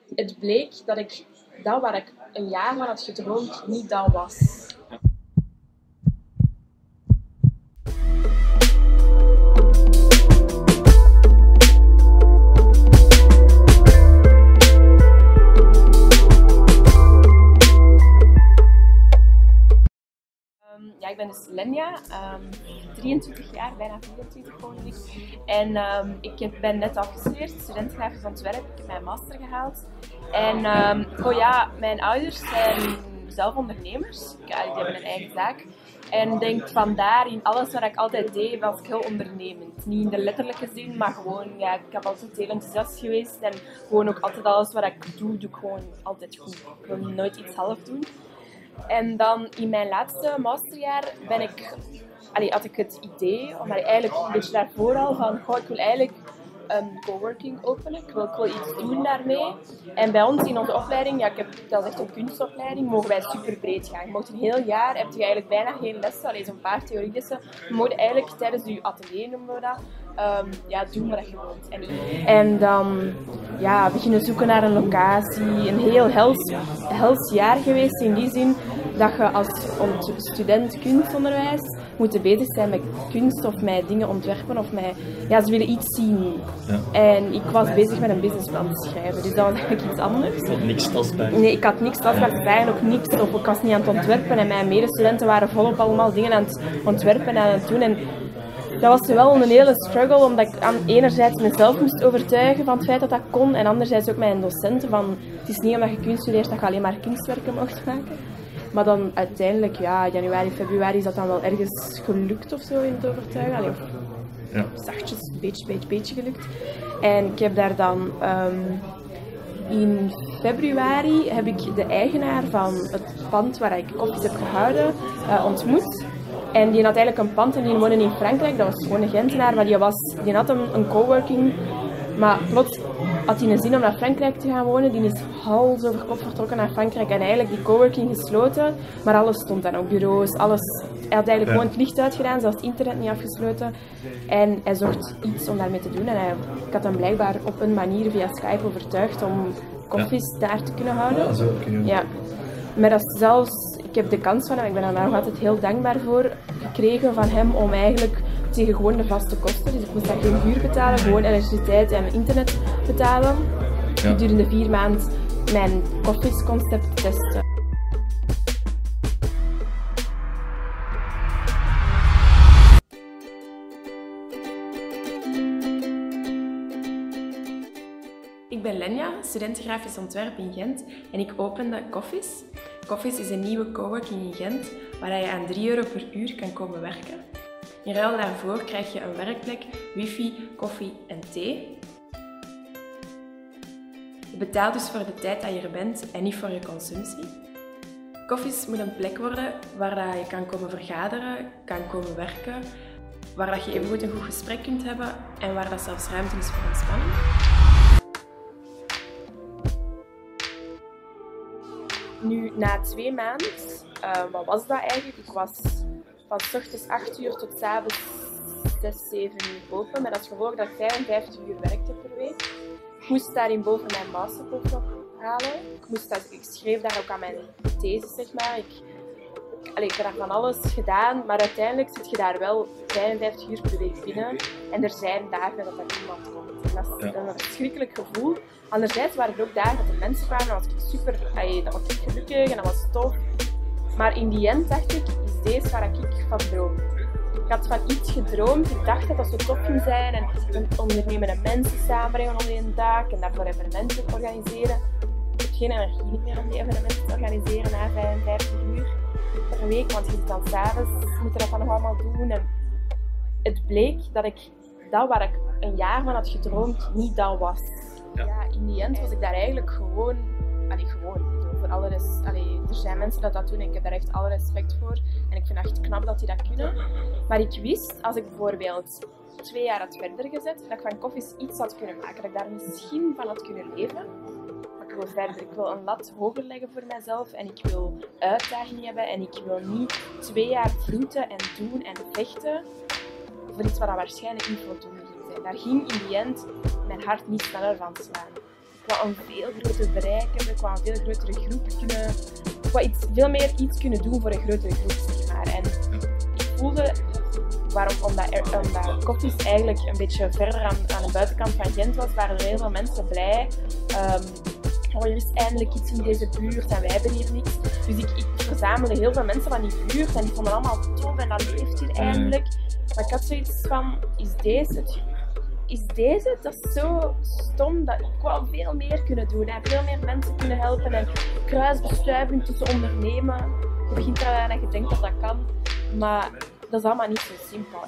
het bleek dat ik dat waar ik een jaar van had gedroomd, niet dat was. Ja, ik ben dus Lenya, 23 jaar, bijna 24 volgende week. En ik ben net afgestudeerd, student grafisch ontwerp. Ik heb mijn master gehaald. En mijn ouders zijn zelf ondernemers. Die hebben een eigen zaak. En ik denk vandaar in alles wat ik altijd deed, was ik heel ondernemend. Niet in de letterlijke zin, maar gewoon, ja, ik heb altijd heel enthousiast geweest. En gewoon ook altijd alles wat ik doe ik gewoon altijd goed. Ik wil nooit iets half doen. En dan in mijn laatste masterjaar had ik het idee, maar eigenlijk een beetje daarvoor al, van ik wil eigenlijk een coworking openen. Ik wil iets doen daarmee. En bij ons in onze opleiding, dat is echt een kunstopleiding, mogen wij super breed gaan. Je mocht een heel jaar, heb je eigenlijk bijna geen lessen, zo'n paar theorielessen. Je moet eigenlijk tijdens je atelier, noemen we dat, doen wat je wilt. En dan beginnen zoeken naar een locatie. Een heel hels jaar geweest in die zin dat je als student kunstonderwijs moet bezig zijn met kunst of met dingen ontwerpen of met... Ja, ze willen iets zien. Ja. En ik was bezig met een businessplan te schrijven, dus dat was eigenlijk iets anders. Je had niks tastbaar? Nee, ik had niks tastbaar, ze zagen ook niks, of ik was niet aan het ontwerpen en mijn medestudenten waren volop allemaal dingen aan het ontwerpen en aan het doen. En dat was wel een hele struggle, omdat ik enerzijds mezelf moest overtuigen van het feit dat dat kon en anderzijds ook mijn docenten van het is niet omdat je kunst studeert dat je alleen maar kunstwerken mocht maken. Maar dan uiteindelijk, januari, februari is dat dan wel ergens gelukt of zo in het overtuigen. Zachtjes, beetje gelukt. En ik heb daar dan in februari heb ik de eigenaar van het pand waar ik koffies heb gehouden ontmoet. En die had eigenlijk een pand en die woonde in Frankrijk. Dat was gewoon een Gentenaar, maar die had een coworking. Maar plots had hij een zin om naar Frankrijk te gaan wonen. Die is hals over kop vertrokken naar Frankrijk en eigenlijk die coworking gesloten. Maar alles stond dan ook, bureaus, alles. Hij had eigenlijk gewoon het licht uitgedaan, zelfs het internet niet afgesloten. En hij zocht iets om daarmee te doen. En ik had hem blijkbaar op een manier via Skype overtuigd om koffies daar te kunnen houden. Ja, zo kunnen. Ja. Maar dat is zelfs, ik heb de kans van hem, ik ben daar nog altijd heel dankbaar voor, gekregen van hem om eigenlijk tegen gewoon de vaste kosten. Dus ik moest daar geen huur betalen, gewoon elektriciteit en internet betalen. Gedurende 4 maanden mijn koffiesconcept testen. Ik ben Lenya, student grafisch ontwerp in Gent en ik opende Koffies. Koffies is een nieuwe coworking in Gent waar je aan €3 per uur kan komen werken. In ruil daarvoor krijg je een werkplek, wifi, koffie en thee. Je betaalt dus voor de tijd dat je er bent en niet voor je consumptie. Koffies moet een plek worden waar je kan komen vergaderen, kan komen werken, waar je evengoed een goed gesprek kunt hebben en waar dat zelfs ruimte is voor ontspanning. Nu, na 2 maanden, wat was dat eigenlijk? Ik was van 's ochtends 8 uur tot 's avonds 6, 7 uur open, met als gevolg dat ik 55 uur werkte per week. Ik moest daarin boven mijn masterproef nog halen. Ik schreef daar ook aan mijn thesis, zeg maar. Ik heb daar van alles gedaan, maar uiteindelijk zit je daar wel 55 uur per week binnen. En er zijn dagen dat er niemand komt. En dat is een verschrikkelijk gevoel. Anderzijds waren er ook dagen dat er mensen kwamen, dat was ik dat was ik gelukkig en dat was tof. Maar in die end dacht ik, is deze waar ik van droom. Ik had van iets gedroomd, ik dacht dat dat zo tof ging zijn en ondernemende mensen samenbrengen onder één dak en daarvoor evenementen organiseren. Ik heb geen energie meer om die evenementen te organiseren na 55 uur per week, want je zit dan s'avonds, moet je dat dan nog allemaal doen. En het bleek dat ik dat waar ik een jaar van had gedroomd, niet dat was. Ja, in die end was ik daar eigenlijk gewoon. Voor alle er zijn mensen dat doen en ik heb daar echt alle respect voor. En ik vind het echt knap dat die dat kunnen. Maar ik wist, als ik bijvoorbeeld 2 jaar had verder gezet, dat ik van Koffies iets had kunnen maken. Dat ik daar misschien van had kunnen leven. Maar ik wil verder. Ik wil een lat hoger leggen voor mezelf. En ik wil uitdaging hebben. En ik wil niet 2 jaar vroeten en doen en vechten voor iets wat waarschijnlijk niet voldoende ging zijn. Daar ging in die end mijn hart niet sneller van slaan. Ik Ik wou een veel groter bereik hebben, ik wou een veel grotere groep kunnen... Ik wou veel meer iets kunnen doen voor een grotere groep, zeg maar. En ik voelde... Omdat Koffie's eigenlijk een beetje verder aan de buitenkant van Gent was, waren er heel veel mensen blij. Er is eindelijk iets in deze buurt en wij hebben hier niks. Dus ik verzamelde heel veel mensen van die buurt en die vonden allemaal tof en dat leeft hier eindelijk. Maar ik had zoiets van, is deze het? Is deze? Dat is zo stom. Dat ik wou veel meer kunnen doen. Hè. Veel meer mensen kunnen helpen en kruisbestuiving tussen ondernemen. Je begint eraan dat je denkt dat dat kan. Maar dat is allemaal niet zo simpel.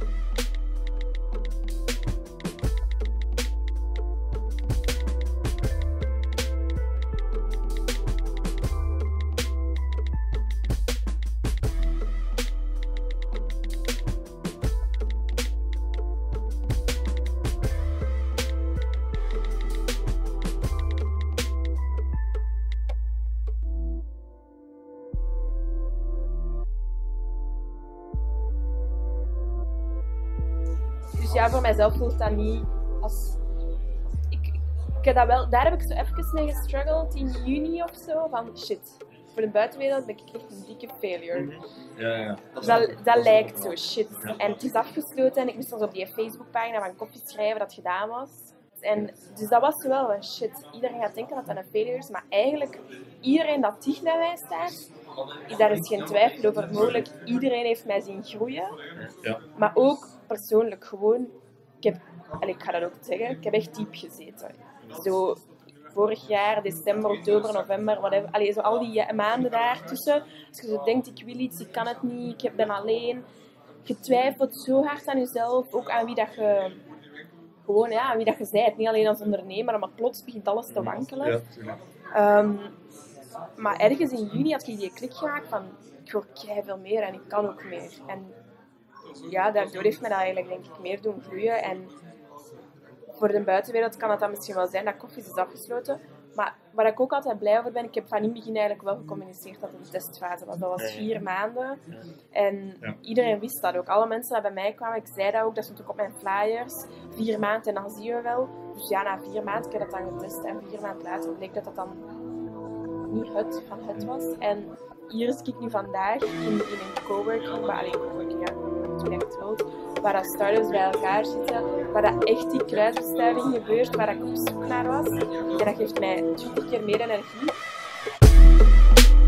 Dus ja, voor mijzelf voelt dat niet als... Ik heb dat wel... Daar heb ik zo even mee gestruggeld in juni of zo. Van shit, voor de buitenwereld ben ik echt een dikke failure. Ja. Dat lijkt zo, shit. En het is afgesloten en ik moest dan op die Facebookpagina van Koffie schrijven dat het gedaan was. En dus dat was wel van shit. Iedereen gaat denken dat dat een failure is, maar eigenlijk iedereen dat dicht bij mij staat, daar is geen twijfel over mogelijk. Iedereen heeft mij zien groeien. Ja. Maar ook persoonlijk gewoon, ik ga dat ook zeggen, ik heb echt diep gezeten. Zo vorig jaar, december, oktober, november, whatever. Allee, zo al die maanden daartussen. Als je zo denkt, ik wil iets, ik kan het niet, ik ben alleen. Je twijfelt zo hard aan jezelf, ook aan wie dat je... Gewoon, ja, aan wie dat je bent. Niet alleen als ondernemer, maar plots begint alles te wankelen. Ja, maar ergens in juni had ik die klik gemaakt van, ik wil veel meer en ik kan ook meer. En ja, daardoor heeft mij dat eigenlijk, denk ik, meer doen groeien. En voor de buitenwereld kan het dan misschien wel zijn dat Koffie is afgesloten. Maar waar ik ook altijd blij over ben, ik heb van in het begin eigenlijk wel gecommuniceerd dat het een testfase was. Dat was 4 maanden. En iedereen wist dat ook. Alle mensen die bij mij kwamen, ik zei dat ook, dat stond ook op mijn flyers. 4 maanden en dan zien we wel. Dus ja, na 4 maanden heb ik dat dan getest. En 4 maanden later bleek dat dat dan niet het van het was. En hier zit ik nu vandaag in een coworking, maar alleen coworking, ja, waar dat startups bij elkaar zitten, waar dat echt die kruisbestuiving gebeurt, waar ik op zoek naar was. En dat geeft mij 20 keer meer energie.